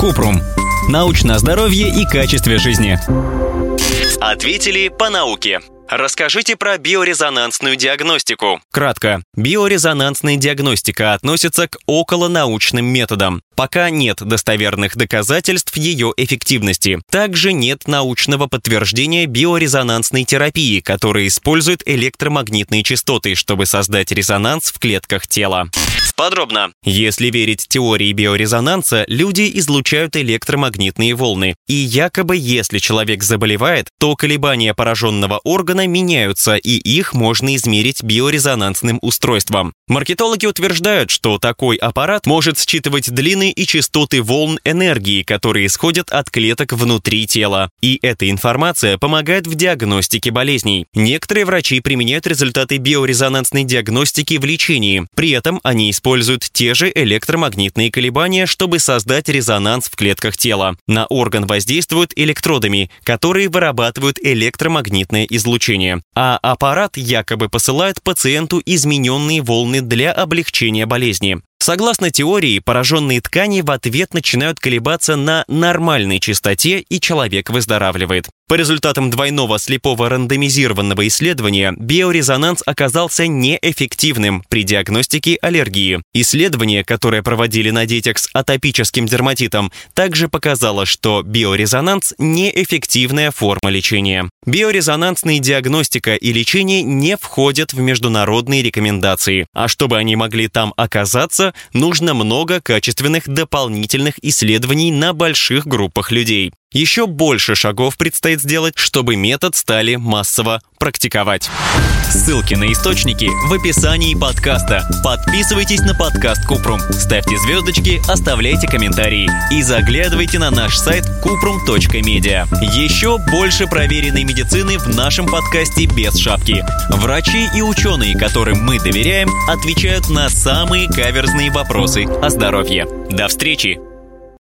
Купрум. Научное здоровье и качестве жизни. Ответили по науке. Расскажите про биорезонансную диагностику. Кратко. Биорезонансная диагностика относится к околонаучным методам. Пока нет достоверных доказательств ее эффективности. Также нет научного подтверждения биорезонансной терапии, которая использует электромагнитные частоты, чтобы создать резонанс в клетках тела. Подробно. Если верить теории биорезонанса, люди излучают электромагнитные волны. И якобы, если человек заболевает, то колебания пораженного органа меняются, и их можно измерить биорезонансным устройством. Маркетологи утверждают, что такой аппарат может считывать длины и частоты волн энергии, которые исходят от клеток внутри тела. И эта информация помогает в диагностике болезней. Некоторые врачи применяют результаты биорезонансной диагностики в лечении. При этом они используют те же электромагнитные колебания, чтобы создать резонанс в клетках тела. На орган воздействуют электродами, которые вырабатывают электромагнитное излучение. А аппарат якобы посылает пациенту измененные волны для облегчения болезни. Согласно теории, пораженные ткани в ответ начинают колебаться на нормальной частоте, и человек выздоравливает. По результатам двойного слепого рандомизированного исследования биорезонанс оказался неэффективным при диагностике аллергии. Исследование, которое проводили на детях с атопическим дерматитом, также показало, что биорезонанс – неэффективная форма лечения. Биорезонансная диагностика и лечение не входят в международные рекомендации, а чтобы они могли там оказаться, нужно много качественных дополнительных исследований на больших группах людей. Еще больше шагов предстоит сделать, чтобы метод стали массово практиковать. Ссылки на источники в описании подкаста. Подписывайтесь на подкаст Купрум, ставьте звездочки, оставляйте комментарии и заглядывайте на наш сайт kuprum.media. Еще больше проверенной медицины в нашем подкасте без шапки. Врачи и ученые, которым мы доверяем, отвечают на самые каверзные вопросы о здоровье. До встречи!